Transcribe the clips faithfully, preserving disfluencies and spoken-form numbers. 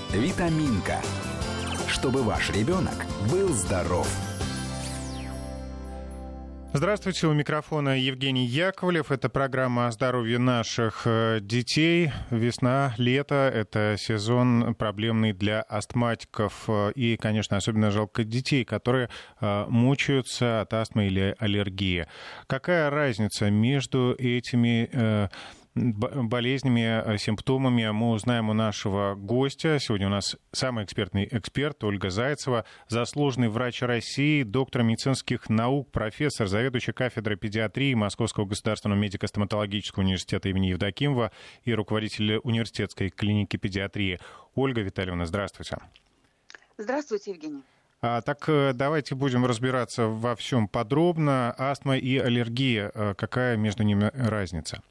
Витаминка. Чтобы ваш ребенок был здоров. Здравствуйте, у микрофона Евгений Яковлев. Это программа о здоровье наших детей. Весна, лето — это сезон проблемный для астматиков. И, конечно, особенно жалко детей, которые мучаются от астмы или аллергии. Какая разница между этими болезнями, симптомами, мы узнаем у нашего гостя. Сегодня у нас самый экспертный эксперт Ольга Зайцева, заслуженный врач России, доктор медицинских наук, профессор, заведующий кафедрой педиатрии Московского государственного медико-стоматологического университета имени Евдокимова и руководитель университетской клиники педиатрии. Ольга Витальевна, здравствуйте. Здравствуйте, Евгений. А, так давайте будем разбираться во всем подробно. Астма и аллергия, какая между ними разница?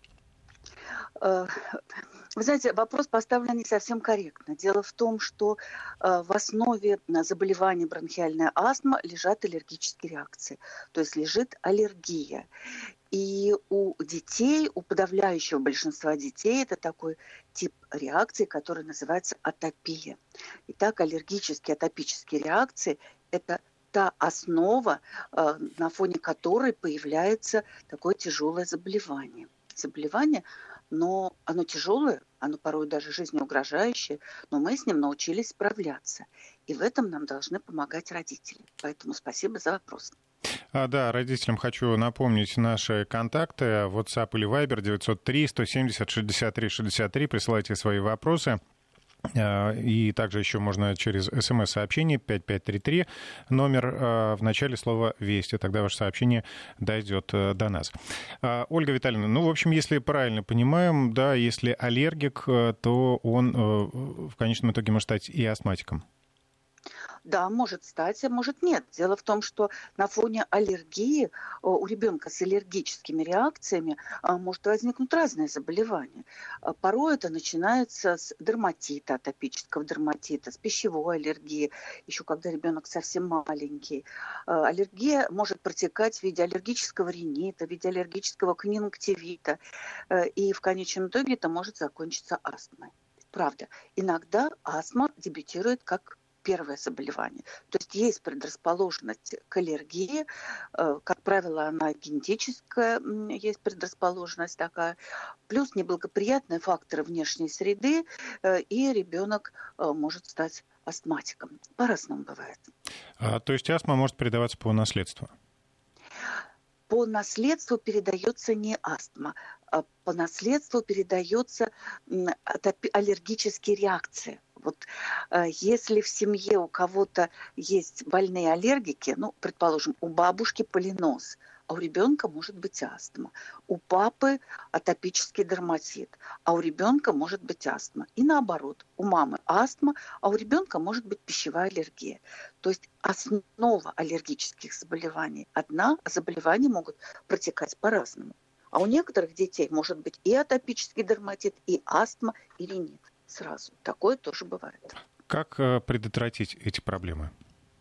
Вы знаете, вопрос поставлен не совсем корректно. Дело в том, что в основе заболевания бронхиальная астма лежат аллергические реакции, то есть лежит аллергия. И у детей, у подавляющего большинства детей, это такой тип реакции, который называется атопия. Итак, аллергические, атопические реакции – это та основа, на фоне которой появляется такое тяжелое заболевание. Заболевание, но оно тяжелое, оно порой даже жизнеугрожающее, но мы с ним научились справляться. И в этом нам должны помогать родители. Поэтому спасибо за вопрос. А, да, родителям хочу напомнить наши контакты. WhatsApp или Viber девятьсот три сто семьдесят шестьдесят три шестьдесят три. Присылайте свои вопросы. И также еще можно через смс-сообщение пять пять три три, номер в начале слова «Вести». Тогда ваше сообщение дойдет до нас. Ольга Витальевна, ну, в общем, если правильно понимаем, да, если аллергик, то он в конечном итоге может стать и астматиком. Да, может стать, а может нет. Дело в том, что на фоне аллергии у ребенка с аллергическими реакциями может возникнуть разные заболевания. Порой это начинается с дерматита, атопического дерматита, с пищевой аллергии, еще когда ребенок совсем маленький. Аллергия может протекать в виде аллергического ринита, в виде аллергического конъюнктивита, и в конечном итоге это может закончиться астмой. Правда, иногда астма дебютирует как первое заболевание. То есть есть предрасположенность к аллергии. Как правило, она генетическая, есть предрасположенность такая. Плюс неблагоприятные факторы внешней среды, и ребенок может стать астматиком. По-разному бывает. А, то есть астма может передаваться по наследству? По наследству передается не астма, а по наследству передается аллергические реакции. Вот если в семье у кого-то есть больные аллергики, ну, предположим, у бабушки полинос, а у ребенка может быть астма. У папы атопический дерматит, а у ребенка может быть астма. И наоборот, у мамы астма, а у ребенка может быть пищевая аллергия. То есть основа аллергических заболеваний одна, а заболевания могут протекать по-разному. А у некоторых детей может быть и атопический дерматит, и астма, и ринит сразу. Такое тоже бывает. Как предотвратить эти проблемы?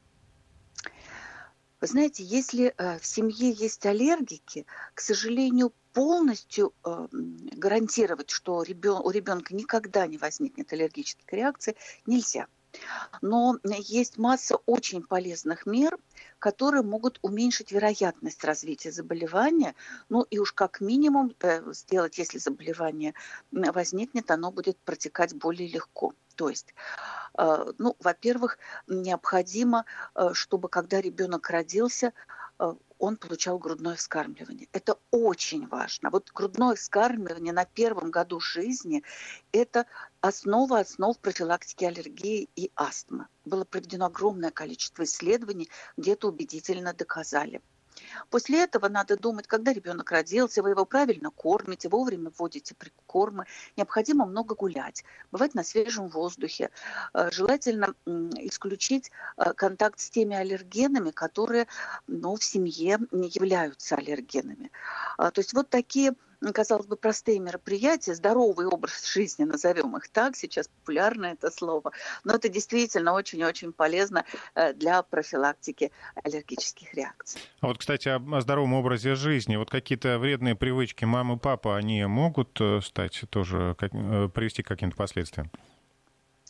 Вы знаете, если э, в семье есть аллергики, к сожалению, полностью э, гарантировать, что ребен, у ребенка никогда не возникнет аллергических реакций, нельзя. Но есть масса очень полезных мер, которые могут уменьшить вероятность развития заболевания. Ну и уж как минимум э, сделать, если заболевание возникнет, оно будет протекать более легко. То есть, э, ну, во-первых, необходимо, э, чтобы когда ребенок родился, э, он получал грудное вскармливание. Это очень важно. Вот грудное вскармливание на первом году жизни – это основа основ профилактики аллергии и астмы. Было проведено огромное количество исследований, где это убедительно доказали. После этого надо думать, когда ребенок родился, вы его правильно кормите, вовремя вводите прикормы. Необходимо много гулять, бывать на свежем воздухе. Желательно исключить контакт с теми аллергенами, которые, ну, в семье не являются аллергенами. То есть вот такие, казалось бы, простые мероприятия, здоровый образ жизни, назовем их так, сейчас популярно это слово, но это действительно очень-очень полезно для профилактики аллергических реакций. А вот, кстати, о здоровом образе жизни. Вот какие-то вредные привычки мамы, папы, они могут стать тоже, привести к каким-то последствиям?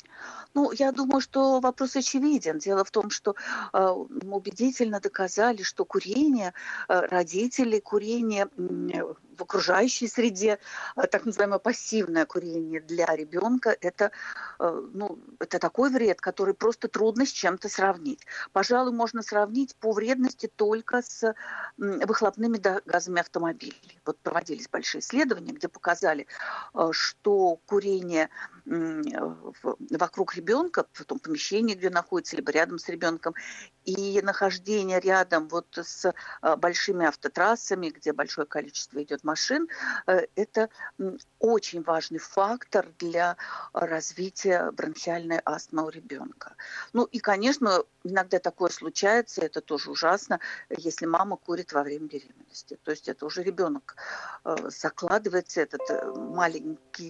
Ну, я думаю, что вопрос очевиден. Дело в том, что э, убедительно доказали, что курение, э, родители, курение э, в окружающей среде, э, так называемое пассивное курение для ребенка, это, э, ну, это такой вред, который просто трудно с чем-то сравнить. Пожалуй, можно сравнить по вредности только с э, выхлопными газами автомобилей. Вот проводились большие исследования, где показали, э, что курение э, вокруг ребенка, в том помещении, где находится, либо рядом с ребенком, и нахождение рядом вот с большими автотрассами, где большое количество идет машин, это очень важный фактор для развития бронхиальной астмы у ребенка. Ну и, конечно, иногда такое случается, это тоже ужасно, если мама курит во время беременности. То есть это уже ребенок закладывается, этот маленький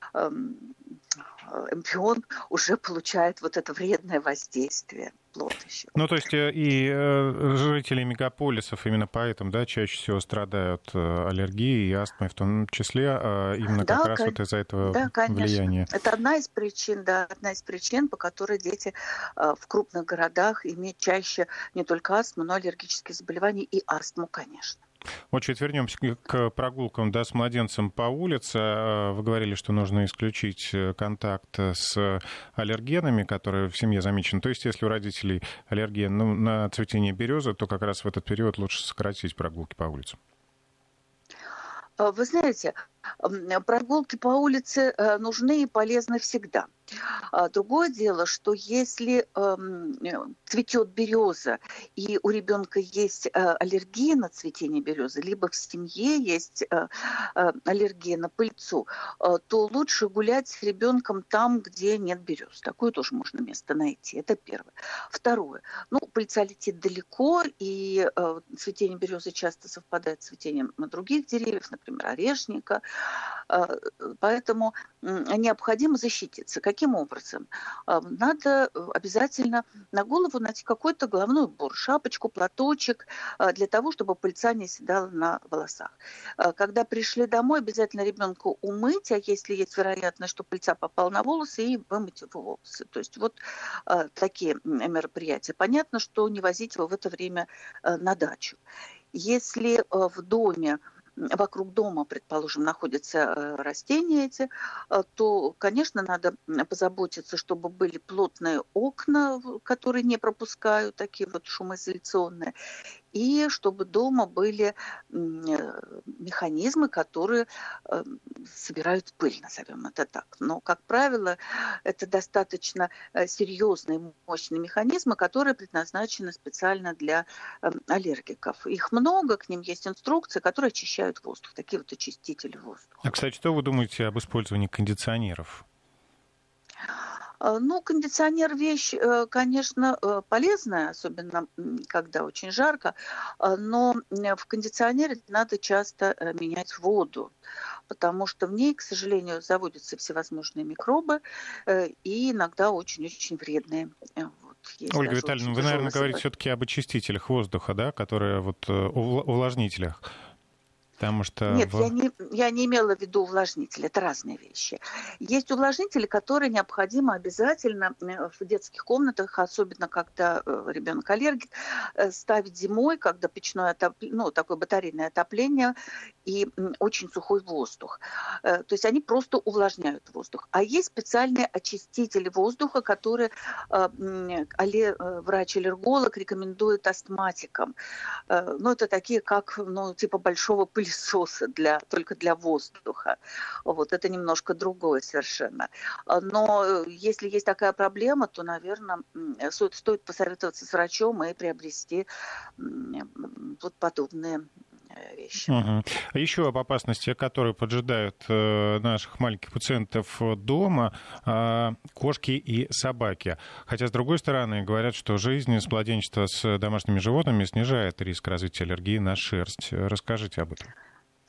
эмбрион уже получает вот это вредное воздействие. Плод еще. Ну, то есть и жители мегаполисов именно поэтому, да, чаще всего страдают аллергией и астмой в том числе, именно да, как раз кон... вот из-за этого да, влияния. Это одна из причин, да, одна из причин, по которой дети в крупных городах имеют чаще не только астму, но и аллергические заболевания и астму, конечно. Вот чуть вернемся к прогулкам, да, с младенцем по улице. Вы говорили, что нужно исключить контакт с аллергенами, которые в семье замечены. То есть, если у родителей аллергия ну, на цветение березы, то как раз в этот период лучше сократить прогулки по улице. Вы знаете, прогулки по улице нужны и полезны всегда. Другое дело, что если э, цветет береза, и у ребенка есть э, аллергия на цветение березы, либо в семье есть э, э, аллергия на пыльцу, э, то лучше гулять с ребенком там, где нет берез. Такое тоже можно место найти. Это первое. Второе. Ну, пыльца летит далеко, и э, цветение березы часто совпадает с цветением других деревьев, например, орешника. Э, поэтому э, необходимо защититься. Каким образом? Надо обязательно на голову найти какой-то головной убор, шапочку, платочек, для того, чтобы пыльца не оседала на волосах. Когда пришли домой, обязательно ребенку умыть, а если есть вероятность, что пыльца попала на волосы, и вымыть его волосы. То есть вот такие мероприятия. Понятно, что не возить его в это время на дачу. Если в доме вокруг дома, предположим, находятся растения эти, то, конечно, надо позаботиться, чтобы были плотные окна, которые не пропускают такие вот шумоизоляционные, и чтобы дома были механизмы, которые собирают пыль, назовем это так. Но, как правило, это достаточно серьезные, мощные механизмы, которые предназначены специально для аллергиков. Их много, к ним есть инструкции, которые очищают воздух, такие вот очистители воздуха. А, кстати, что вы думаете об использовании кондиционеров? Ну, кондиционер вещь, конечно, полезная, особенно когда очень жарко, но в кондиционере надо часто менять воду, потому что в ней, к сожалению, заводятся всевозможные микробы и иногда очень-очень вредные. Вот, Ольга Витальевна, вы, наверное, говорите все-таки об очистителях воздуха, да, которые вот увлажнителях. Потому что Нет, в... я, не, я не имела в виду увлажнители, это разные вещи. Есть увлажнители, которые необходимо обязательно в детских комнатах, особенно когда ребенок аллергик, ставить зимой, когда печное отопление, ну, такое батарейное отопление и очень сухой воздух. То есть они просто увлажняют воздух. А есть специальные очистители воздуха, которые врач-аллерголог рекомендует астматикам. Ну, это такие, как, ну, типа большого пылесоса. Пылесосы для, только для воздуха. Вот, это немножко другое совершенно. Но если есть такая проблема, то, наверное, стоит, стоит посоветоваться с врачом и приобрести вот подобные вещи. Угу. Еще об опасности, которые поджидают наших маленьких пациентов дома, кошки и собаки. Хотя, с другой стороны, говорят, что жизнь с младенчества с домашними животными снижает риск развития аллергии на шерсть. Расскажите об этом.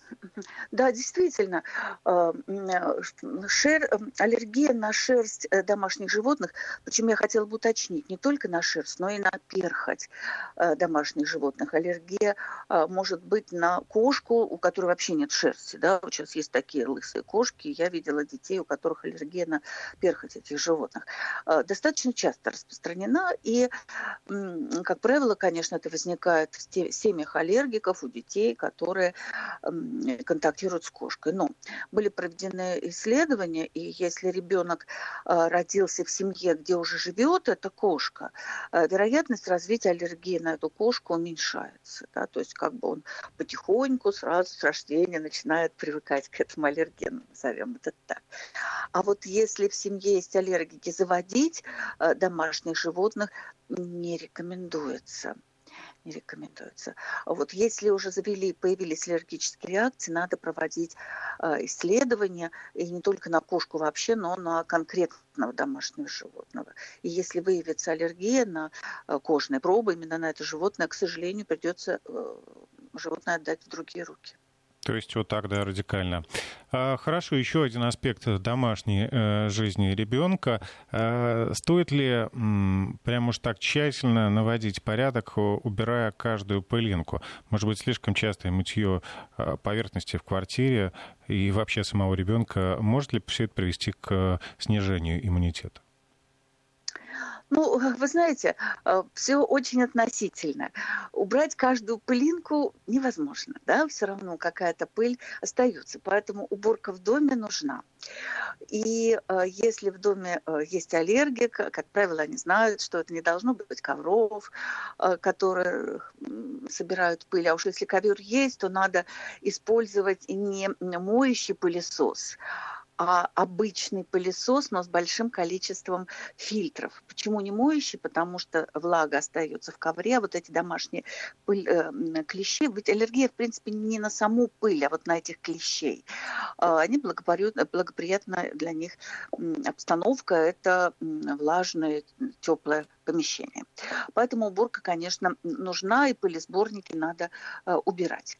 Да, действительно, э, шер, аллергия на шерсть э, домашних животных, причем я хотела бы уточнить, не только на шерсть, но и на перхоть э, домашних животных. Аллергия э, может быть на кошку, у которой вообще нет шерсти. Да? Вот сейчас есть такие лысые кошки, я видела детей, у которых аллергия на перхоть этих животных. Э, достаточно часто распространена, и, э, как правило, конечно, это возникает в семьях аллергиков, у детей, которые э, контактируют с кошкой. Но были проведены исследования, и если ребенок э, родился в семье, где уже живет эта кошка, э, вероятность развития аллергии на эту кошку уменьшается. Да? То есть как бы он потихоньку сразу с рождения начинает привыкать к этому аллергену, назовем это так. А вот если в семье есть аллергики, заводить э, домашних животных не рекомендуется. Не рекомендуется. Вот если уже завели, появились аллергические реакции, надо проводить э, исследования, и не только на кошку вообще, но на конкретного домашнего животного. И если выявится аллергия на э, кожные пробы, именно на это животное, к сожалению, придется э, животное отдать в другие руки. То есть вот так, да, радикально. А, хорошо, еще один аспект домашней э, жизни ребенка. А, стоит ли м, прям уж так тщательно наводить порядок, убирая каждую пылинку? Может быть, слишком частое мытье э, поверхности в квартире и вообще самого ребенка, может ли все это привести к снижению иммунитета? Ну, вы знаете, все очень относительно. Убрать каждую пылинку невозможно, да, все равно какая-то пыль остается, поэтому уборка в доме нужна. И если в доме есть аллергик, как правило, они знают, что это не должно быть ковров, которые собирают пыль, а уж если ковер есть, то надо использовать не моющий пылесос, а обычный пылесос, но с большим количеством фильтров. Почему не моющий? Потому что влага остается в ковре, а вот эти домашние пыль, э, клещи, ведь аллергия, в принципе, не на саму пыль, а вот на этих клещей. Э, они благоприятна, благоприятна для них обстановка, это влажное, теплое помещение. Поэтому уборка, конечно, нужна, и пылесборники надо э, убирать.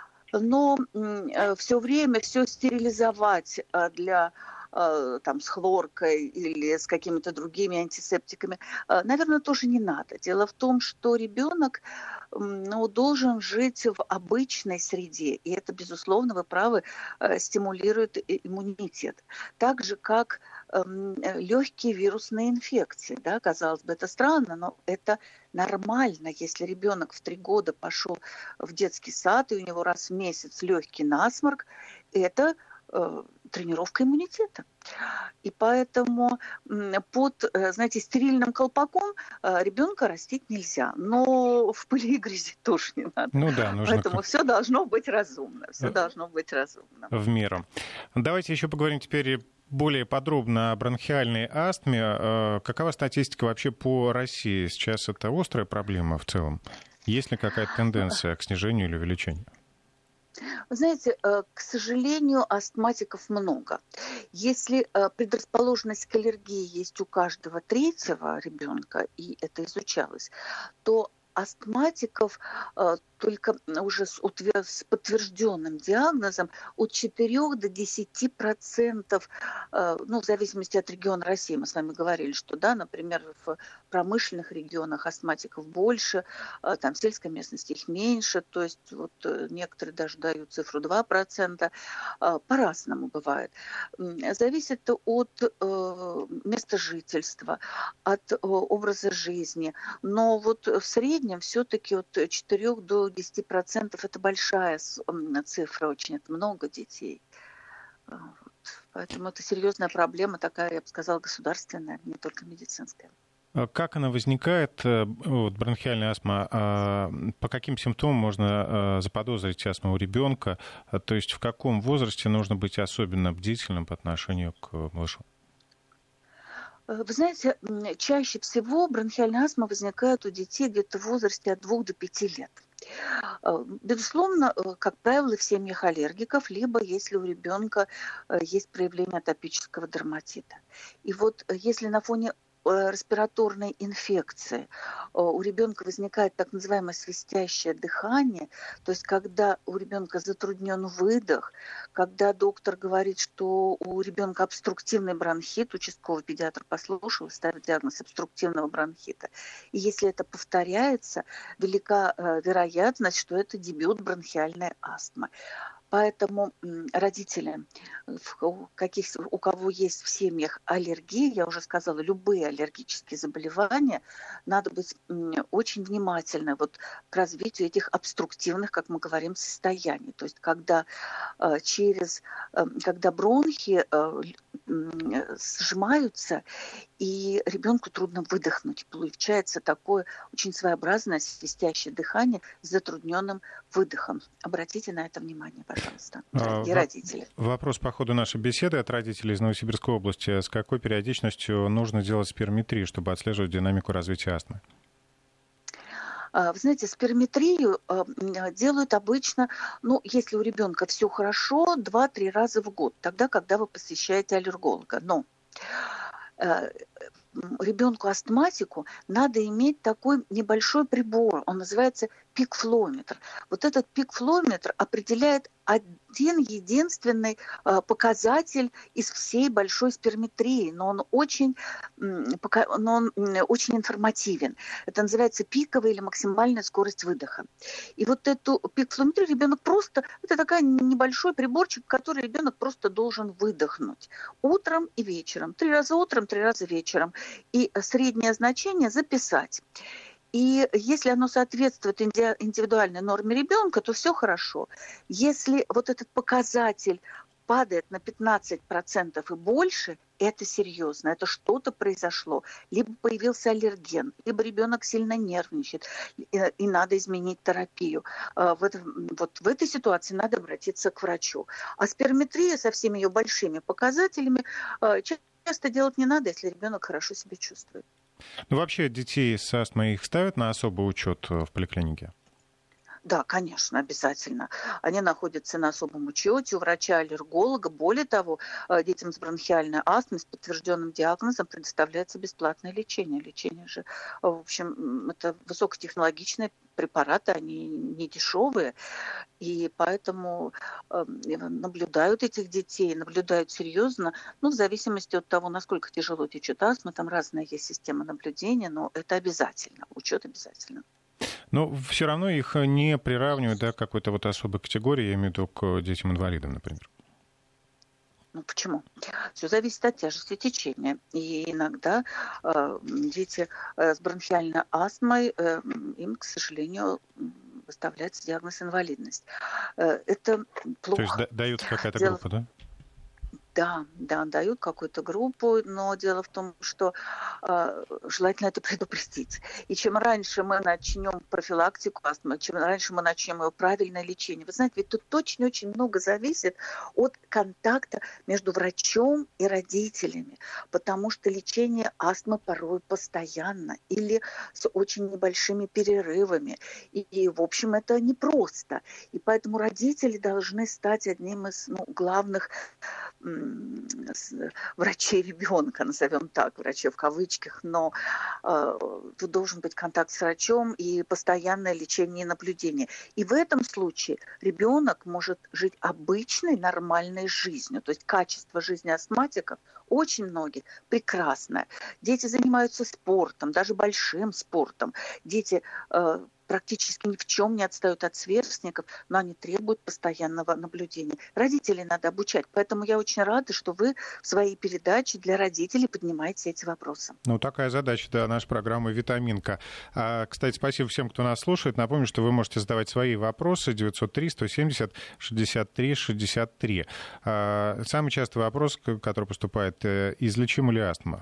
Но э, все время все стерилизовать э, для э, там, с хлоркой или с какими-то другими антисептиками, э, наверное, тоже не надо. Дело в том, что ребенок э, ну, должен жить в обычной среде, и это, безусловно, вы правы, э, стимулирует иммунитет. Так же, как э, легкие вирусные инфекции. Да? Казалось бы, это странно, но это нормально, если ребенок в три года пошел в детский сад, и у него раз в месяц легкий насморк, это э, тренировка иммунитета. И поэтому под, знаете, стерильным колпаком э, ребенка растить нельзя. Но в пыли и грязи тоже не надо. Ну да, нужно... Поэтому все должно быть разумно. Все должно быть разумно. В меру. Давайте еще поговорим теперь более подробно о бронхиальной астме. Какова статистика вообще по России? Сейчас это острая проблема в целом? Есть ли какая-то тенденция к снижению или увеличению? Вы знаете, к сожалению, астматиков много. Если предрасположенность к аллергии есть у каждого третьего ребенка, и это изучалось, то астматиков только уже с, утвер... с подтвержденным диагнозом от четырёх до десяти процентов, ну, в зависимости от региона России. Мы с вами говорили, что, да, например, в промышленных регионах астматиков больше, там в сельской местности их меньше, то есть вот некоторые даже дают цифру два процента. По-разному бывает. Зависит от места жительства, от образа жизни. Но вот в среднем все-таки от четырёх до десяти процентов это большая цифра, очень это много детей. Вот. Поэтому это серьезная проблема, такая, я бы сказала, государственная, не только медицинская. Как она возникает, вот, бронхиальная астма, по каким симптомам можно заподозрить астму у ребенка? То есть в каком возрасте нужно быть особенно бдительным по отношению к малышу? Вы знаете, чаще всего бронхиальная астма возникает у детей где-то в возрасте от двух до пяти лет. Безусловно, как правило, в семьях аллергиков, либо если у ребенка есть проявление атопического дерматита. И вот если на фоне респираторной инфекции. У ребенка возникает так называемое свистящее дыхание, то есть когда у ребенка затруднен выдох, когда доктор говорит, что у ребенка обструктивный бронхит, участковый педиатр послушал и ставит диагноз обструктивного бронхита. И если это повторяется, велика вероятность, что это дебют бронхиальной астмы. Поэтому родители, каких, у кого есть в семьях аллергии, я уже сказала, любые аллергические заболевания, надо быть очень внимательны вот к развитию этих обструктивных, как мы говорим, состояний. То есть когда через, когда бронхи сжимаются, и ребенку трудно выдохнуть. Получается такое очень своеобразное свистящее дыхание с затрудненным выдохом. Обратите на это внимание, пожалуйста, дорогие а, родители. Вопрос по ходу нашей беседы от родителей из Новосибирской области. С какой периодичностью нужно делать спирометрию, чтобы отслеживать динамику развития астмы? Вы знаете, спирометрию делают обычно, ну, если у ребенка все хорошо, два-три раза в год, тогда, когда вы посещаете аллерголога. Но ребенку-астматику надо иметь такой небольшой прибор, он называется пик-флометр. Вот этот пик-флометр определяет один единственный э, показатель из всей большой спирометрии, но он очень, пока, но он очень информативен. Это называется пиковая или максимальная скорость выдоха. И вот эту пик-флометрию ребенок просто, это такой небольшой приборчик, который ребенок просто должен выдохнуть утром и вечером. Три раза утром, три раза вечером. И среднее значение записать. И если оно соответствует индивидуальной норме ребенка, то все хорошо. Если вот этот показатель падает на пятнадцать процентов и больше, это серьезно, это что-то произошло. Либо появился аллерген, либо ребенок сильно нервничает, и надо изменить терапию. Вот, вот в этой ситуации надо обратиться к врачу. А спирометрия со всеми ее большими показателями часто делать не надо, если ребенок хорошо себя чувствует. Ну, вообще детей с астмой их ставят на особый учет в поликлинике? Да, конечно, обязательно. Они находятся на особом учете у врача-аллерголога. Более того, детям с бронхиальной астмой с подтвержденным диагнозом предоставляется бесплатное лечение. Лечение же, в общем, это высокотехнологичные препараты, они не дешевые. И поэтому наблюдают этих детей, наблюдают серьезно, ну, в зависимости от того, насколько тяжело течет астма. Там разная есть система наблюдения, но это обязательно, учет обязательно. Но все равно их не приравнивают, да, к какой-то вот особой категории, я имею в виду к детям-инвалидам, например. Ну почему? Все зависит от тяжести течения. И иногда э, дети э, с бронхиальной астмой, э, им, к сожалению, выставляется диагноз инвалидность. Э, это плохо. То есть дается какая-то Дело... группа, да? Да, да, дают какую-то группу, но дело в том, что э, желательно это предупредить. И чем раньше мы начнем профилактику астмы, чем раньше мы начнем ее правильное лечение. Вы знаете, ведь тут очень-очень много зависит от контакта между врачом и родителями, потому что лечение астмы порой постоянно или с очень небольшими перерывами. И, и в общем, это непросто. И поэтому родители должны стать одним из ну, главных врачей ребенка, назовем так, врачей в кавычках, но э, тут должен быть контакт с врачом и постоянное лечение и наблюдение. И в этом случае ребенок может жить обычной, нормальной жизнью. То есть качество жизни астматиков очень многих прекрасное. Дети занимаются спортом, даже большим спортом. Дети э, практически ни в чем не отстают от сверстников, но они требуют постоянного наблюдения. Родителей надо обучать, поэтому я очень рада, что вы в своей передаче для родителей поднимаете эти вопросы. Ну, такая задача, да, нашей программы «Витаминка». А, кстати, спасибо всем, кто нас слушает. Напомню, что вы можете задавать свои вопросы девятьсот три сто семьдесят шестьдесят три шестьдесят три. А, самый частый вопрос, который поступает, излечима ли астма?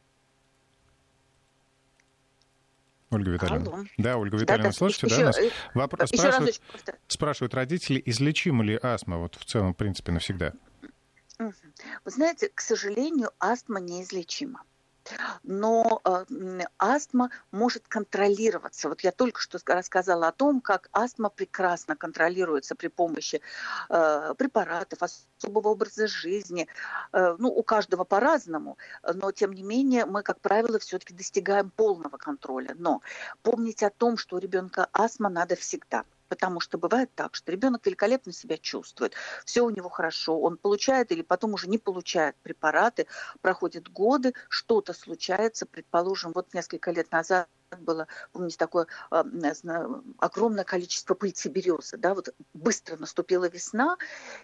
Ольга Витальевна. Алло. Да,Ольга Витальевна, да, да. слышите, еще, да, нас? Вопрос спрашивают, спрашивают родители, излечима ли астма, вот в целом, в принципе, навсегда? Вы знаете, к сожалению, астма неизлечима. Но э, астма может контролироваться. Вот я только что рассказала о том, как астма прекрасно контролируется при помощи э, препаратов, особого образа жизни. Э, ну, у каждого по-разному, но тем не менее мы, как правило, все-таки достигаем полного контроля. Но помнить о том, что у ребенка астма, надо всегда. Потому что бывает так, что ребенок великолепно себя чувствует, все у него хорошо, он получает или потом уже не получает препараты, проходят годы, что-то случается, предположим, вот несколько лет назад было, помните, такое э, огромное количество пыльцы березы, да, вот быстро наступила весна,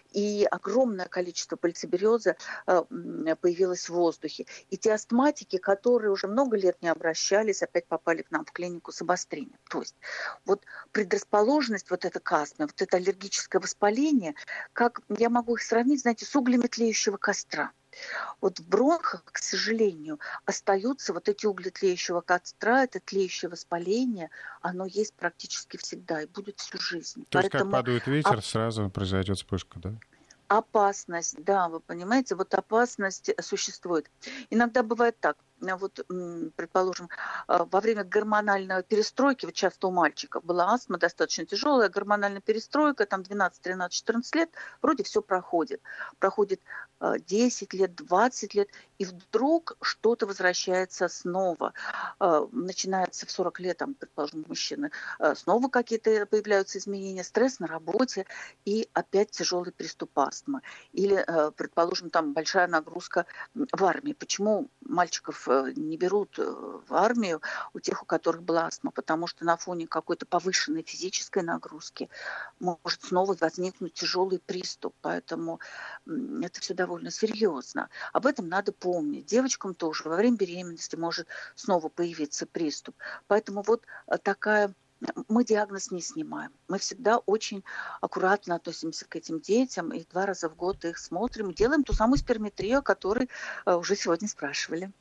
и огромное количество пыльцы березы э, появилось в воздухе. И те астматики, которые уже много лет не обращались, опять попали к нам в клинику с обострением. То есть вот предрасположенность вот эта к астме, вот это аллергическое воспаление, как я могу их сравнить, знаете, с углями тлеющего костра. Вот в бронхах, к сожалению, остаются вот эти угли тлеющего костра, это тлеющее воспаление, оно есть практически всегда и будет всю жизнь. То есть, Поэтому как падает ветер, а... сразу произойдет вспышка, да? Опасность, да, вы понимаете, вот опасность существует. Иногда бывает так, вот, предположим, во время гормональной перестройки, вот часто у мальчиков была астма достаточно тяжелая, гормональная перестройка, там двенадцать, тринадцать, четырнадцать лет, вроде все проходит. Проходит десять лет, двадцать лет, и вдруг что-то возвращается снова. Начинается в сорок лет, там, предположим, у мужчины, снова какие-то появляются изменения, стресс на работе, и опять тяжелый приступ астмы. Или, предположим, там большая нагрузка в армии. Почему мальчиков не берут в армию у тех, у которых была астма? Потому что на фоне какой-то повышенной физической нагрузки может снова возникнуть тяжелый приступ. Поэтому это все довольно серьезно. Об этом надо помнить. Девочкам тоже во время беременности может снова появиться приступ. Поэтому вот такая... Мы диагноз не снимаем. Мы всегда очень аккуратно относимся к этим детям и два раза в год их смотрим. Делаем ту самую сперметрию, о которой уже сегодня спрашивали.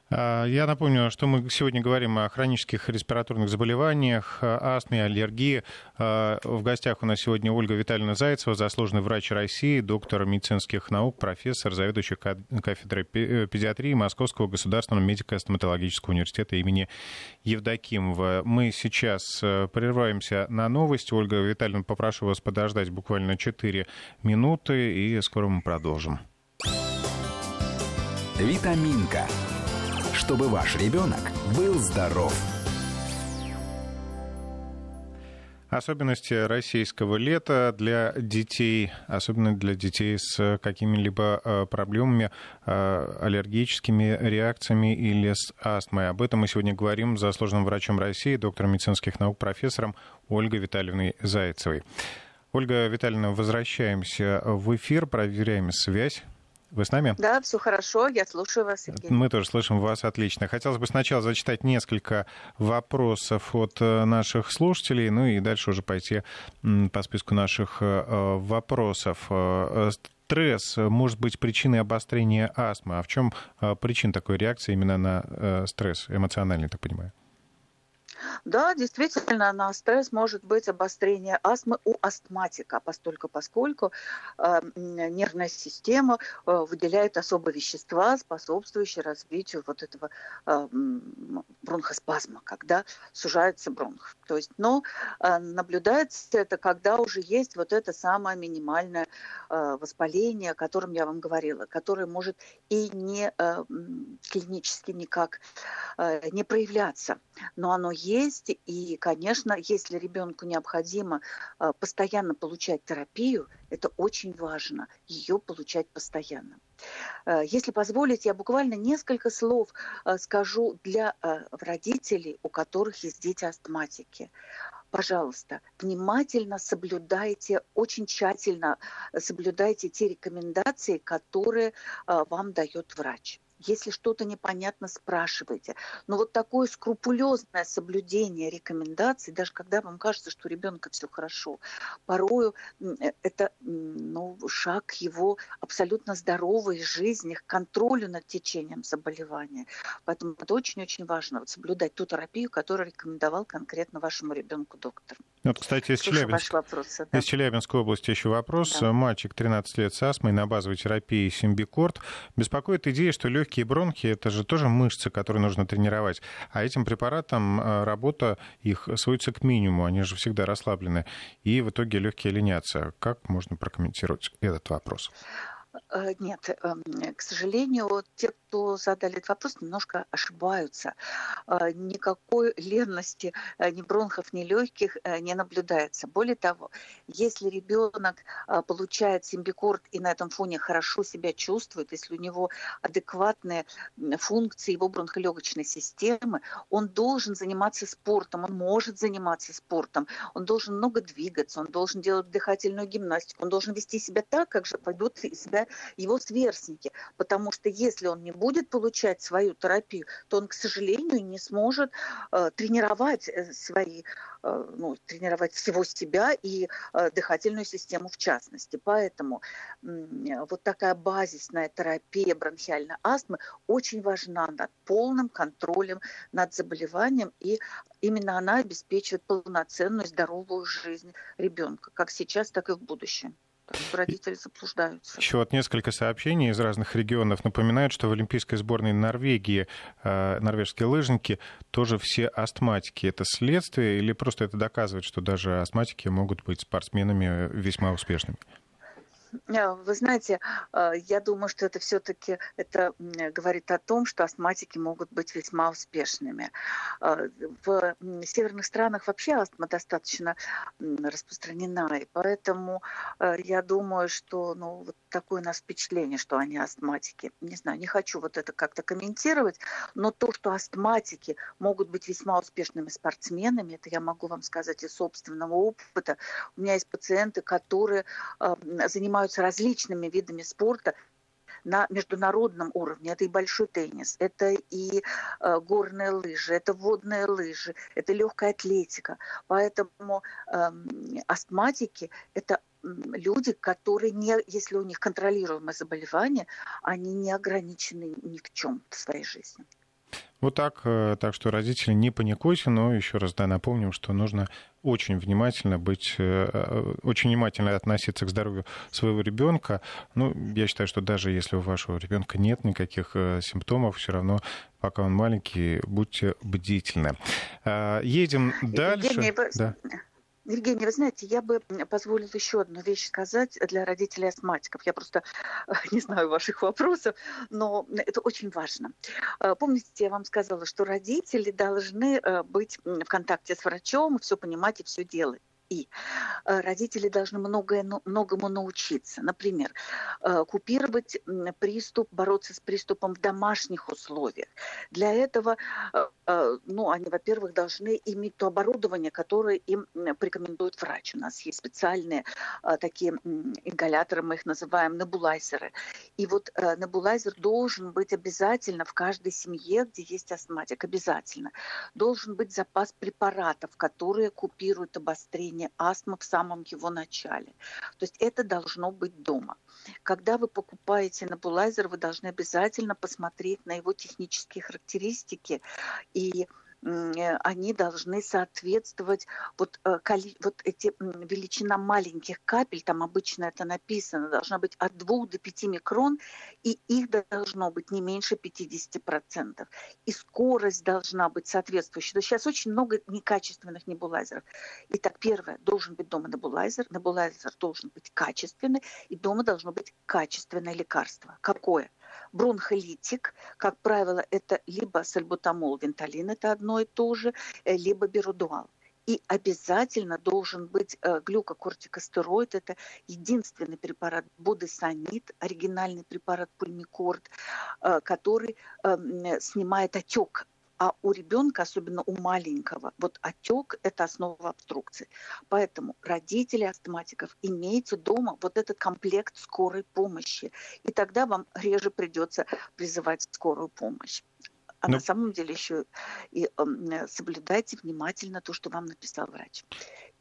Я напомню, что мы сегодня говорим о хронических респираторных заболеваниях, астме, аллергии. В гостях у нас сегодня Ольга Витальевна Зайцева, заслуженный врач России, доктор медицинских наук, профессор, заведующий кафедрой педиатрии Московского государственного медико-стоматологического университета имени Евдокимова. Мы сейчас прерываемся на новости. Ольга Витальевна, попрошу вас подождать буквально четыре минуты, и скоро мы продолжим. Витаминка. Чтобы ваш ребенок был здоров. Особенности российского лета для детей, особенно для детей с какими-либо проблемами, аллергическими реакциями или с астмой. Об этом мы сегодня говорим с заслуженным врачом России, доктором медицинских наук, профессором Ольгой Витальевной Зайцевой. Ольга Витальевна, возвращаемся в эфир, проверяем связь. Вы с нами? Да, все хорошо, я слушаю вас, Евгений. Мы тоже слышим вас отлично. Хотелось бы сначала зачитать несколько вопросов от наших слушателей, ну и дальше уже пойти по списку наших вопросов. Стресс может быть причиной обострения астмы. А в чем причина такой реакции именно на стресс, эмоциональный, так понимаю? Да, действительно, на стресс может быть обострение астмы у астматика, постольку, поскольку э, нервная система э, выделяет особые вещества, способствующие развитию вот этого э, бронхоспазма, когда сужается бронх. То есть, но э, наблюдается это, когда уже есть вот это самое минимальное э, воспаление, о котором я вам говорила, которое может и не э, клинически никак э, не проявляться, но оно есть. Есть, и, конечно, если ребенку необходимо э, постоянно получать терапию, это очень важно, ее получать постоянно. Э, если позволите, я буквально несколько слов э, скажу для э, родителей, у которых есть дети-астматики. Пожалуйста, внимательно соблюдайте, очень тщательно соблюдайте те рекомендации, которые э, вам дает врач. Если что-то непонятно, спрашивайте. Но вот такое скрупулезное соблюдение рекомендаций, даже когда вам кажется, что у ребенка все хорошо, порою это ну, шаг к его абсолютно здоровой жизни, к контролю над течением заболевания. Поэтому это очень-очень важно вот, соблюдать ту терапию, которую рекомендовал конкретно вашему ребенку доктор. Вот, кстати, из, Челябинск... вопросы, да. из Челябинской области еще вопрос. Да. Мальчик тринадцать лет с астмой на базовой терапии Симбикорт. Беспокоит идея, что легкие легкие бронхи — это же тоже мышцы, которые нужно тренировать. А этим препаратом работа их сводится к минимуму. Они же всегда расслаблены. И в итоге легкие ленятся. Как можно прокомментировать этот вопрос? Нет, к сожалению, те, кто задали этот вопрос, немножко ошибаются. Никакой ленности ни бронхов, ни легких не наблюдается. Более того, если ребенок получает симбикорд и на этом фоне хорошо себя чувствует, если у него адекватные функции его бронхолегочной системы, он должен заниматься спортом, он может заниматься спортом, он должен много двигаться, он должен делать дыхательную гимнастику, он должен вести себя так, как же пойдут себя его сверстники. Потому что если он не будет получать свою терапию, то он, к сожалению, не сможет э, тренировать свои, э, ну, тренировать всего себя и э, дыхательную систему в частности. Поэтому э, вот такая базисная терапия бронхиальной астмы очень важна над полным контролем над заболеванием, и именно она обеспечивает полноценную здоровую жизнь ребенка, как сейчас, так и в будущем. Родители заблуждаются. Еще вот несколько сообщений из разных регионов напоминают, что в олимпийской сборной Норвегии э, норвежские лыжники тоже все астматики. Это следствие или просто это доказывает, что даже астматики могут быть спортсменами весьма успешными? Вы знаете, я думаю, что это все-таки это говорит о том, что астматики могут быть весьма успешными. В северных странах вообще астма достаточно распространена, и поэтому я думаю, что ну, вот такое у нас впечатление, что они астматики. Не знаю, не хочу вот это как-то комментировать, но то, что астматики могут быть весьма успешными спортсменами, это я могу вам сказать из собственного опыта. У меня есть пациенты, которые занимаются различными видами спорта на международном уровне. Это и большой теннис, это и э, горные лыжи, это водные лыжи, это легкая атлетика. Поэтому э, астматики – это люди, которые, не, если у них контролируемое заболевание, они не ограничены ни в чем в своей жизни. Вот так, так что родители, не паникуйте, но еще раз да, напомним, что нужно очень внимательно быть, очень внимательно относиться к здоровью своего ребенка. Ну, я считаю, что даже если у вашего ребенка нет никаких симптомов, все равно, пока он маленький, будьте бдительны. Едем дальше. Евгений, да. Евгений, вы знаете, я бы позволила еще одну вещь сказать для родителей астматиков. Я просто не знаю ваших вопросов, но это очень важно. Помните, я вам сказала, что родители должны быть в контакте с врачом, все понимать и все делать. И родители должны многое, многому научиться. Например, купировать приступ, бороться с приступом в домашних условиях. Для этого, ну, они, во-первых, должны иметь то оборудование, которое им порекомендует врач. У нас есть специальные такие ингаляторы, мы их называем небулайзеры. И вот небулайзер должен быть обязательно в каждой семье, где есть астматик. Обязательно. Должен быть запас препаратов, которые купируют обострение астмы в самом его начале. То есть это должно быть дома. Когда вы покупаете небулайзер, вы должны обязательно посмотреть на его технические характеристики, и они должны соответствовать вот, вот эти величина маленьких капель, там обычно это написано, должна быть от двух до пяти микрон, и их должно быть не меньше пятьдесят процентов. И скорость должна быть соответствующей. То есть сейчас очень много некачественных небулайзеров. Итак, первое, должен быть дома небулайзер, небулайзер должен быть качественный, и дома должно быть качественное лекарство. Какое? Бронхолитик, как правило, это либо сальбутамол, венталин, это одно и то же, либо бирудуал. И обязательно должен быть э, глюкокортикостероид, это единственный препарат будесонид, оригинальный препарат пульмикорд, э, который э, снимает отек. А у ребенка, особенно у маленького, вот отек – это основа обструкции. Поэтому родители астматиков, имейте дома вот этот комплект скорой помощи. И тогда вам реже придется призывать скорую помощь. А ну, на самом деле еще и э, соблюдайте внимательно то, что вам написал врач.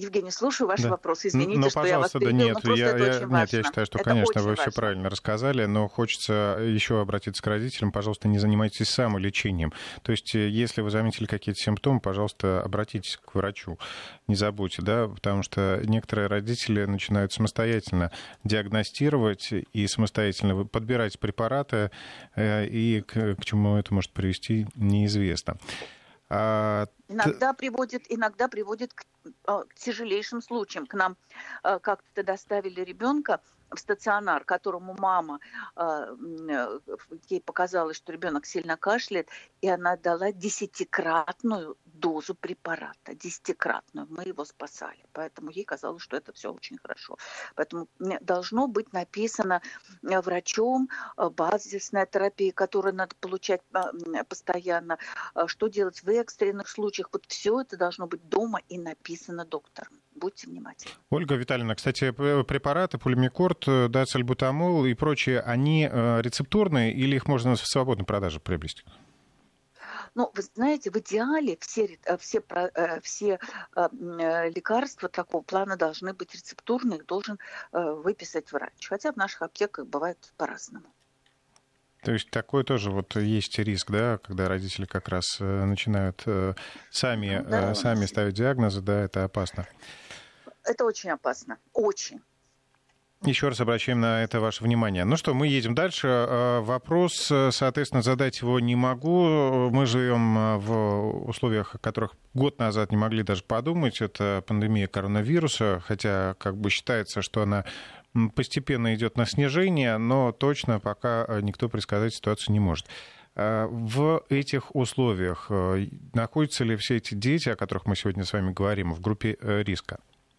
Евгений, слушаю ваш Да. вопрос. Извините, Но, что я вас пожалуйста, да перебил, нет, но просто я, это я, очень нет, важно. я считаю, что, Это конечно, очень вы все важно. правильно рассказали, но хочется еще обратиться к родителям. Пожалуйста, не занимайтесь самолечением. То есть, э, если вы заметили какие-то симптомы, пожалуйста, обратитесь к врачу. Не забудьте, да, потому что некоторые родители начинают самостоятельно диагностировать и самостоятельно подбирать препараты, э, и к, к чему это может привести, неизвестно. А, т- Иногда приводит, иногда приводит к, а, к тяжелейшим случаям. К нам а, как-то доставили ребенка в стационар, которому мама, а, м, э, ей показалось, что ребенок сильно кашляет, и она дала десятикратную дозу препарата. Десятикратную. Мы его спасали. Поэтому ей казалось, что это все очень хорошо. Поэтому м, должно быть написано э, врачом э, базисная терапия, которую надо получать а, м, постоянно, а, что делать в экстренных случаях. Вот все это должно быть дома и написано доктором. Будьте внимательны. Ольга Витальевна, кстати, п- препараты, пулемикорд, э, да, сальбутамол и прочие, они э, рецептурные или их можно в свободной продаже приобрести? Ну, вы знаете, в идеале все, ре- э, все, про- э, все э, м, э, лекарства такого плана должны быть рецептурные, их должен э, выписать врач. Хотя в наших аптеках бывает по-разному. То есть такой тоже вот есть риск, да, когда родители как раз э, начинают э, сами, э, Да, сами ставить диагнозы, да, это опасно. это очень опасно. Очень. Еще раз обращаем на это ваше внимание. Ну что, мы едем дальше. Э, Вопрос, э, соответственно, задать его не могу. Мы живем э, в условиях, о которых год назад не могли даже подумать. Это пандемия коронавируса, хотя как бы считается, что она м, постепенно идет на снижение, но точно пока э, никто предсказать ситуацию не может. Э, В этих условиях э, находятся ли все эти дети, о которых мы сегодня с вами говорим, в группе э, риска?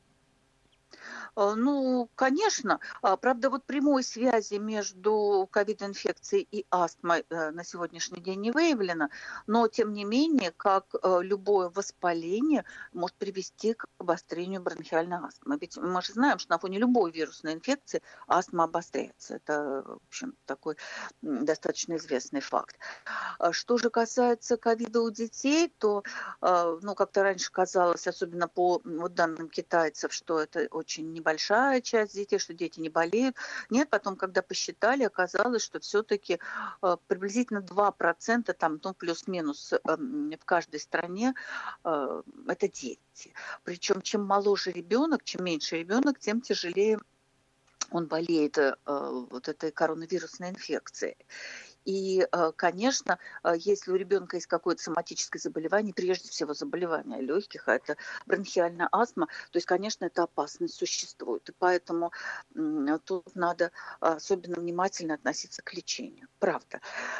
Э, Ну, конечно. А, Правда, вот прямой связи между ковид-инфекцией и астмой э, на сегодняшний день не выявлено, но, тем не менее, как э, любое воспаление может привести к обострению бронхиальной астмы. Ведь мы же знаем, что на фоне любой вирусной инфекции астма обостряется. Это, в общем, такой м, достаточно известный факт. А Что же касается ковида у детей, то, э, ну, как-то раньше казалось, особенно по м, вот данным китайцев, что это очень небольшая часть детей, что дети не болеют. Нет, потом, когда посчитали, оказалось, что все-таки приблизительно два процента, там, ну, плюс-минус, эм, в каждой стране э, это дети. Причем чем моложе ребенок, чем меньше ребенок, тем тяжелее он болеет э, вот этой коронавирусной инфекцией. И, э, конечно, э, если у ребенка есть какое-то соматическое заболевание, прежде всего заболевание легких, а это бронхиальная астма, то есть, конечно, эта опасность существует. И поэтому м, тут надо особенно внимательно относиться к лечению. Правда.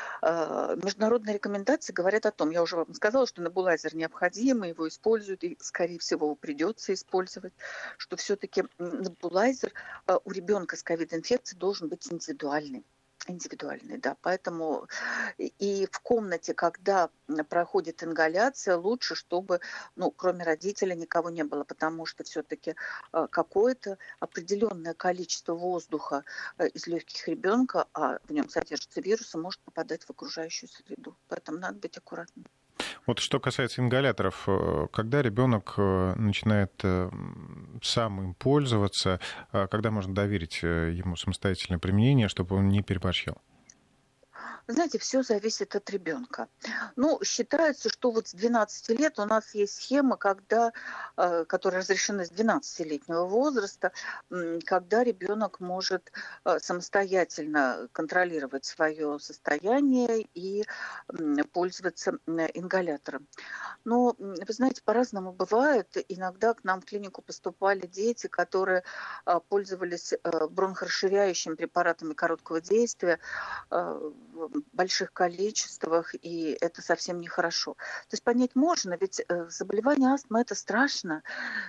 Э, Международные рекомендации говорят о том, я уже вам сказала, что небулайзер необходим, его используют, и, скорее всего, его придется использовать, что все-таки небулайзер э, у ребенка с ковид-инфекцией должен быть индивидуальный. Индивидуальный, да. Поэтому и в комнате, когда проходит ингаляция, лучше, чтобы, ну, кроме родителя, никого не было, потому что все-таки какое-то определенное количество воздуха э, из легких ребенка, а в нем содержится вирус, может попадать в окружающую среду. Поэтому надо быть аккуратным. Вот что касается ингаляторов, э, когда ребенок э, начинает э, сам им пользоваться, э, когда можно доверить э, ему самостоятельное применение, чтобы он не переборщил? Знаете, все зависит от ребенка. Ну, считается, что вот с двенадцати лет у нас есть схема, когда, э, которая разрешена с двенадцатилетнего возраста, м, когда ребенок может э, самостоятельно контролировать свое состояние и м, пользоваться м, ингалятором. Но, м, вы знаете, по-разному бывает. Иногда к нам в клинику поступали дети, которые а, пользовались э, бронхорасширяющими препаратами короткого действия э, в больших количествах, и это совсем нехорошо. То есть понять можно, ведь э, заболевание астмы – это страшно.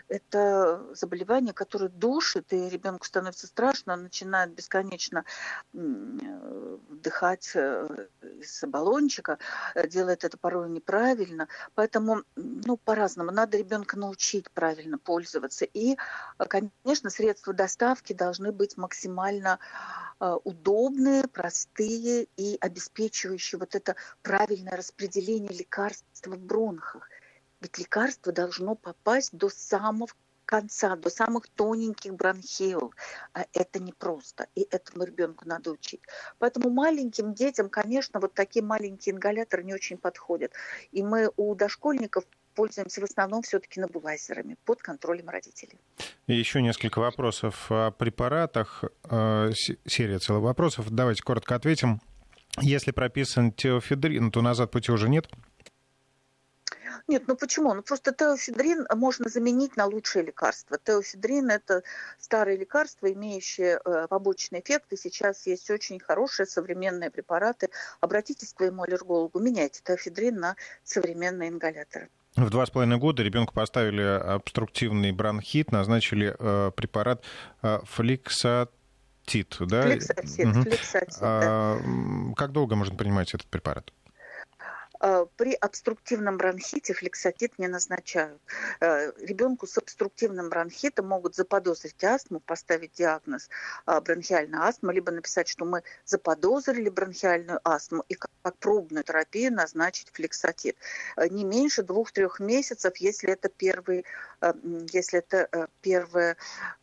Это заболевание, которое душит, и ребенку становится страшно, он начинает бесконечно м, э, вдыхать э, из баллончика, э, делает это порой неправильно. Поэтому, ну, по-разному. Надо ребенка научить правильно пользоваться. И, э, конечно, средства доставки должны быть максимально э, удобные, простые и обеспечивающие вот это правильное распределение лекарств в бронхах. Ведь лекарство должно попасть до самого конца, до самых тоненьких бронхиол. А это непросто, и этому ребенку надо учить. Поэтому маленьким детям, конечно, вот такие маленькие ингаляторы не очень подходят. И мы у дошкольников пользуемся в основном все-таки небулайзерами под контролем родителей. И еще несколько вопросов о препаратах. Серия целых вопросов. Давайте коротко ответим. Если прописан теофедрин, то назад пути уже нет? Нет, ну почему? Ну просто теофедрин можно заменить на лучшее лекарство. Теофедрин – это старое лекарство, имеющее э, побочные эффекты. Сейчас есть очень хорошие современные препараты. Обратитесь к своему аллергологу, меняйте теофедрин на современные ингаляторы. В два с половиной года ребенку поставили обструктивный бронхит, назначили э, препарат э, фликсатид, да? Фликсатид, угу. фликсатид, а, да. Как долго можно принимать этот препарат? При обструктивном бронхите фликсатид не назначают. Ребенку с обструктивным бронхитом могут заподозрить астму, поставить диагноз бронхиальная астма, либо написать, что мы заподозрили бронхиальную астму, и как пробную терапию назначить фликсатид. Не меньше двух-трех месяцев, если это первый, если это первое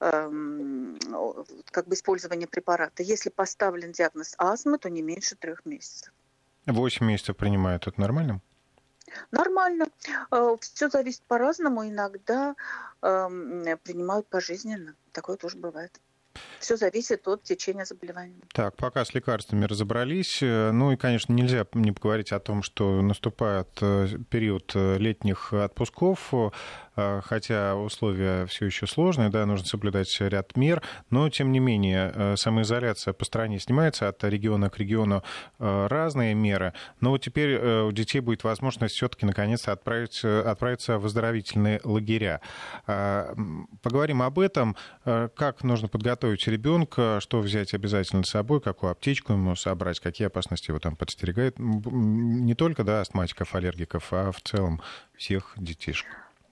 как бы использование препарата. Если поставлен диагноз астмы, то не меньше трех месяцев. Восемь месяцев принимают, это нормально? Нормально. Все зависит по-разному. Иногда э, принимают пожизненно. Такое тоже бывает. Все зависит от течения заболевания. Так, пока с лекарствами разобрались. Ну и, конечно, нельзя не поговорить о том, что наступает период летних отпусков, хотя условия все еще сложные, да, нужно соблюдать ряд мер, но, тем не менее, самоизоляция по стране снимается, от региона к региону разные меры, но вот теперь у детей будет возможность все-таки наконец-то отправиться, отправиться в оздоровительные лагеря. Поговорим об этом, как нужно подготовить ребенка, что взять обязательно с собой, какую аптечку ему собрать, какие опасности его там подстерегают, не только, да, астматиков, аллергиков, а в целом всех детишек.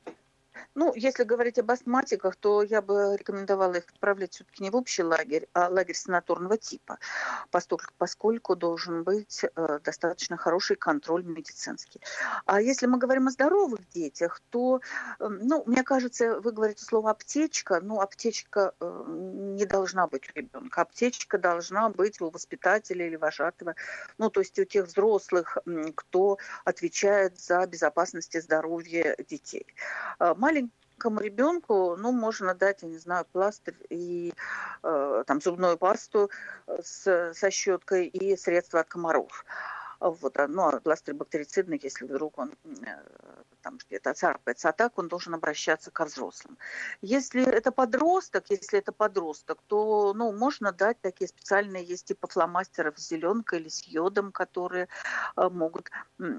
Ну, если говорить об астматиках, то я бы рекомендовала их отправлять все-таки не в общий лагерь, а лагерь санаторного типа, поскольку, поскольку должен быть э, достаточно хороший контроль медицинский. А если мы говорим о здоровых детях, то, э, ну, мне кажется, вы говорите слово аптечка, ну, аптечка э, не должна быть у ребенка, аптечка должна быть у воспитателя или вожатого, ну, то есть у тех взрослых, кто отвечает за безопасность и здоровье детей. Маленький Маленькому ребенку, ну, можно дать, я не знаю, пластырь и э, там зубную пасту с, со щеткой и средства от комаров. Вот, ну, а пластырь бактерицидный, если вдруг он там где-то царапается, а так он должен обращаться ко взрослым. Если это подросток, если это подросток, то, ну, можно дать такие специальные, есть типа фломастеров с зеленкой или с йодом, которые могут,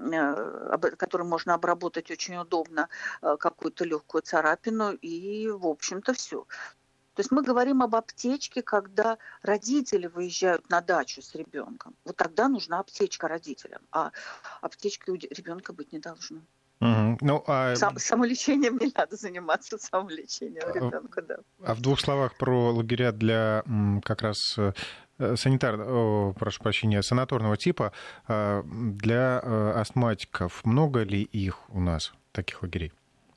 которые можно обработать очень удобно, какую-то легкую царапину, и, в общем-то, все. То есть мы говорим об аптечке, когда родители выезжают на дачу с ребенком. Вот тогда нужна аптечка родителям, а аптечки у ребенка быть не должно. Угу. Ну, а... Сам, самолечением не надо заниматься, самолечением а, ребенка, да. А в двух словах про лагеря для как раз санитарного, прошу прощения, санаторного типа для астматиков. Много ли их у нас, таких лагерей?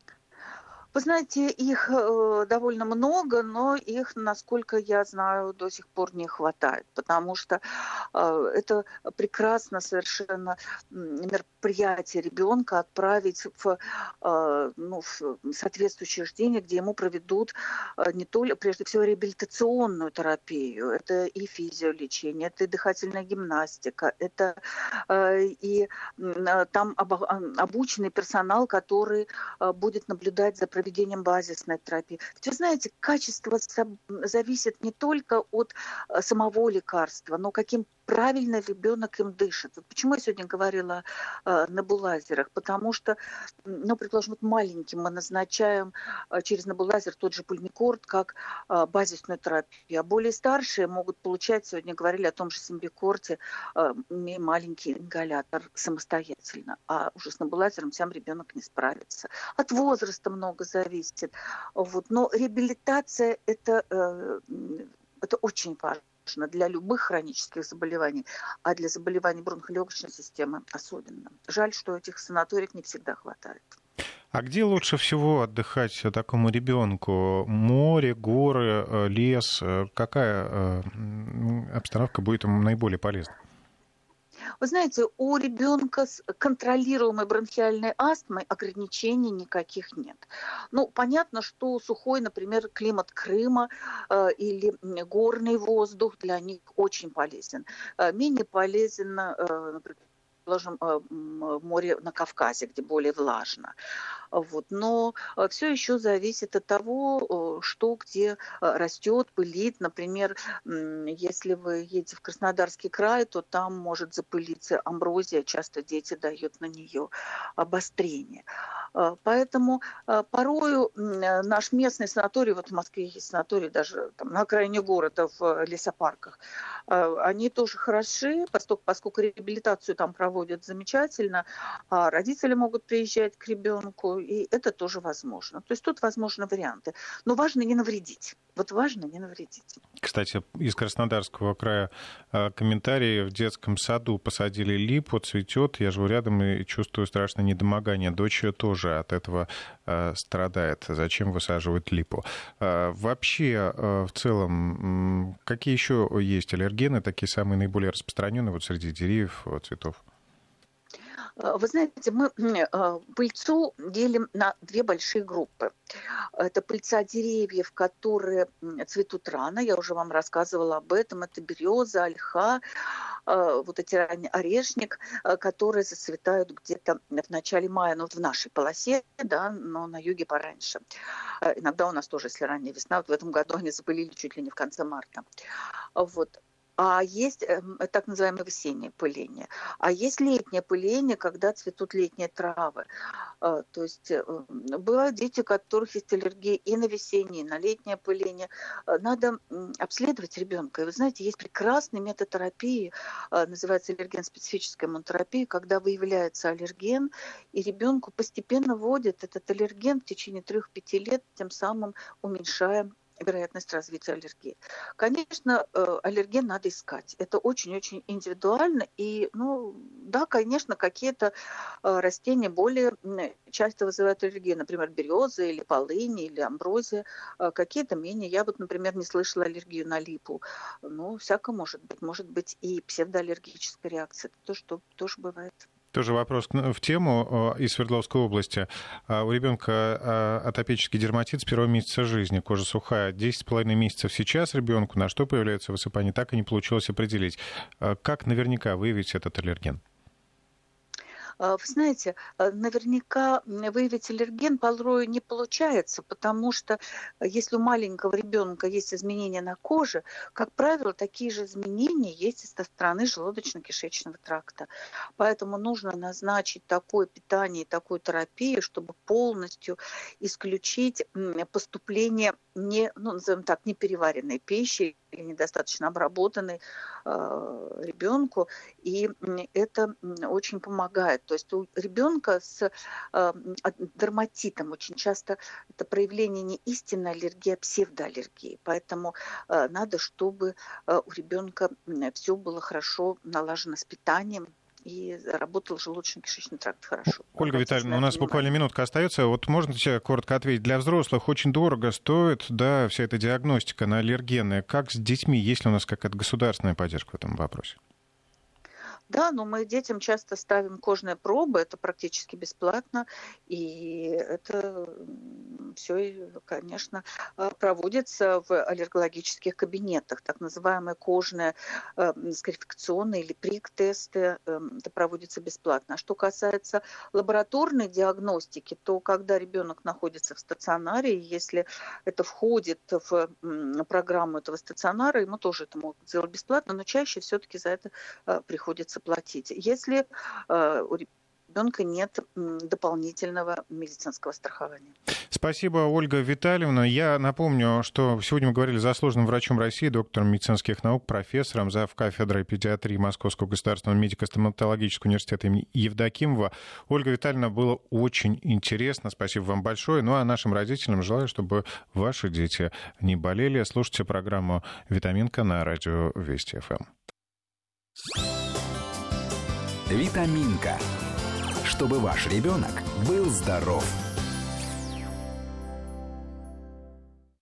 Вы знаете, их э, довольно много, но их, насколько я знаю, до сих пор не хватает, потому что э, это прекрасно совершенно мероприятие ребенка отправить в, э, ну, в соответствующее учреждение, где ему проведут э, не только, прежде всего, реабилитационную терапию, это и физиолечение, это и дыхательная гимнастика, это э, и э, там об, обученный персонал, который э, будет наблюдать за проведением проведением базисной терапии. Вы знаете, качество зависит не только от самого лекарства, но каким правильно ребенок им дышит. Вот почему я сегодня говорила о небулайзерах? Потому что, ну, предположим, вот маленьким мы назначаем через небулайзер тот же пульмикорд как базисную терапию, а более старшие могут получать, сегодня говорили о том же симбикорте, маленький ингалятор самостоятельно, а уже с небулайзером сам ребенок не справится. От возраста много зависит. Вот. Но реабилитация это, это очень важно для любых хронических заболеваний, а для заболеваний бронхолегочной системы особенно. Жаль, что этих санаториев не всегда хватает. А где лучше всего отдыхать такому ребенку? Море, горы, лес? Какая обстановка будет ему наиболее полезна? Вы знаете, у ребенка с контролируемой бронхиальной астмой ограничений никаких нет. Ну, понятно, что сухой, например, климат Крыма э, или горный воздух для них очень полезен. Э, менее полезен, э, например, предположим, море на Кавказе, где более влажно. Вот. Но все еще зависит от того, что где растет, пылит. Например, если вы едете в Краснодарский край, то там может запылиться амброзия. Часто дети дают на нее обострение. Поэтому порою наш местный санаторий, вот в Москве есть санаторий даже там, на окраине города в лесопарках, они тоже хороши, поскольку, поскольку реабилитацию там проводят замечательно, а родители могут приезжать к ребенку, и это тоже возможно. То есть тут возможны варианты. Но важно не навредить. Вот важно не навредить. Кстати, из Краснодарского края комментарии: в детском саду посадили липу, цветет, я живу рядом и чувствую страшное недомогание. Дочь тоже от этого страдает. Зачем высаживать липу? Вообще, в целом, какие еще есть аллергены, такие самые наиболее распространенные вот среди деревьев, цветов? Вы знаете, мы пыльцу делим на две большие группы. Это пыльца деревьев, которые цветут рано. Я уже вам рассказывала об этом. Это береза, ольха, вот эти орешник, которые зацветают где-то в начале мая, ну вот в нашей полосе, да, но на юге пораньше. Иногда у нас тоже, если ранняя весна, вот в этом году они запылили чуть ли не в конце марта. Вот. А есть э, так называемое весеннее пыление. А есть летнее пыление, когда цветут летние травы. Э, то есть э, бывают дети, у которых есть аллергия и на весеннее, и на летнее пыление. Э, надо э, обследовать ребенка. И вы знаете, есть прекрасный метод терапии, э, называется аллерген-специфическая иммунотерапия, когда выявляется аллерген, и ребенку постепенно вводят этот аллерген в течение трех-пяти лет, тем самым уменьшая вероятность развития аллергии. Конечно, аллерген надо искать. Это очень-очень индивидуально. И, ну, да, конечно, какие-то растения более часто вызывают аллергию. Например, береза или полынь, или амброзия. Какие-то менее. Я вот, например, не слышала аллергию на липу. Ну, всяко может быть. Может быть и псевдоаллергическая реакция. Это то, что тоже бывает. Тоже вопрос в тему из Свердловской области. У ребенка атопический дерматит с первого месяца жизни, кожа сухая, десять с половиной месяцев сейчас ребенку, на что появляется высыпание, так и не получилось определить. Как наверняка выявить этот аллерген? Вы знаете, наверняка выявить аллерген порой не получается, потому что если у маленького ребенка есть изменения на коже, как правило, такие же изменения есть и со стороны желудочно-кишечного тракта. Поэтому нужно назначить такое питание и такую терапию, чтобы полностью исключить поступление не, ну, назовем так, непереваренной пищи или недостаточно обработанной э, ребенку, и это очень помогает. То есть у ребенка с э, дерматитом очень часто это проявление не истинной аллергии, а псевдоаллергии. Поэтому э, надо, чтобы э, у ребенка все было хорошо налажено с питанием, и работал желудочно-кишечный тракт хорошо. Ольга Витальевна, у нас буквально минутка остается. Вот можно тебе коротко ответить? Для взрослых очень дорого стоит, да, вся эта диагностика на аллергены. Как с детьми? Есть ли у нас какая-то государственная поддержка в этом вопросе? Да, но мы детям часто ставим кожные пробы, это практически бесплатно, и это все, конечно, проводится в аллергологических кабинетах, так называемые кожные скарификационные или прик-тесты, это проводится бесплатно. А что касается лабораторной диагностики, то когда ребенок находится в стационаре, если это входит в программу этого стационара, ему тоже это могут сделать бесплатно, но чаще все-таки за это приходится платить, если э, у ребенка нет дополнительного медицинского страхования. Спасибо, Ольга Витальевна. Я напомню, что сегодня мы говорили с заслуженным врачом России, доктором медицинских наук, профессором, зав. Кафедрой педиатрии Московского государственного медико-стоматологического университета имени Евдокимова. Ольга Витальевна, было очень интересно. Спасибо вам большое. Ну а нашим родителям желаю, чтобы ваши дети не болели. Слушайте программу «Витаминка» на радио Вести эф эм. Витаминка. Чтобы ваш ребенок был здоров.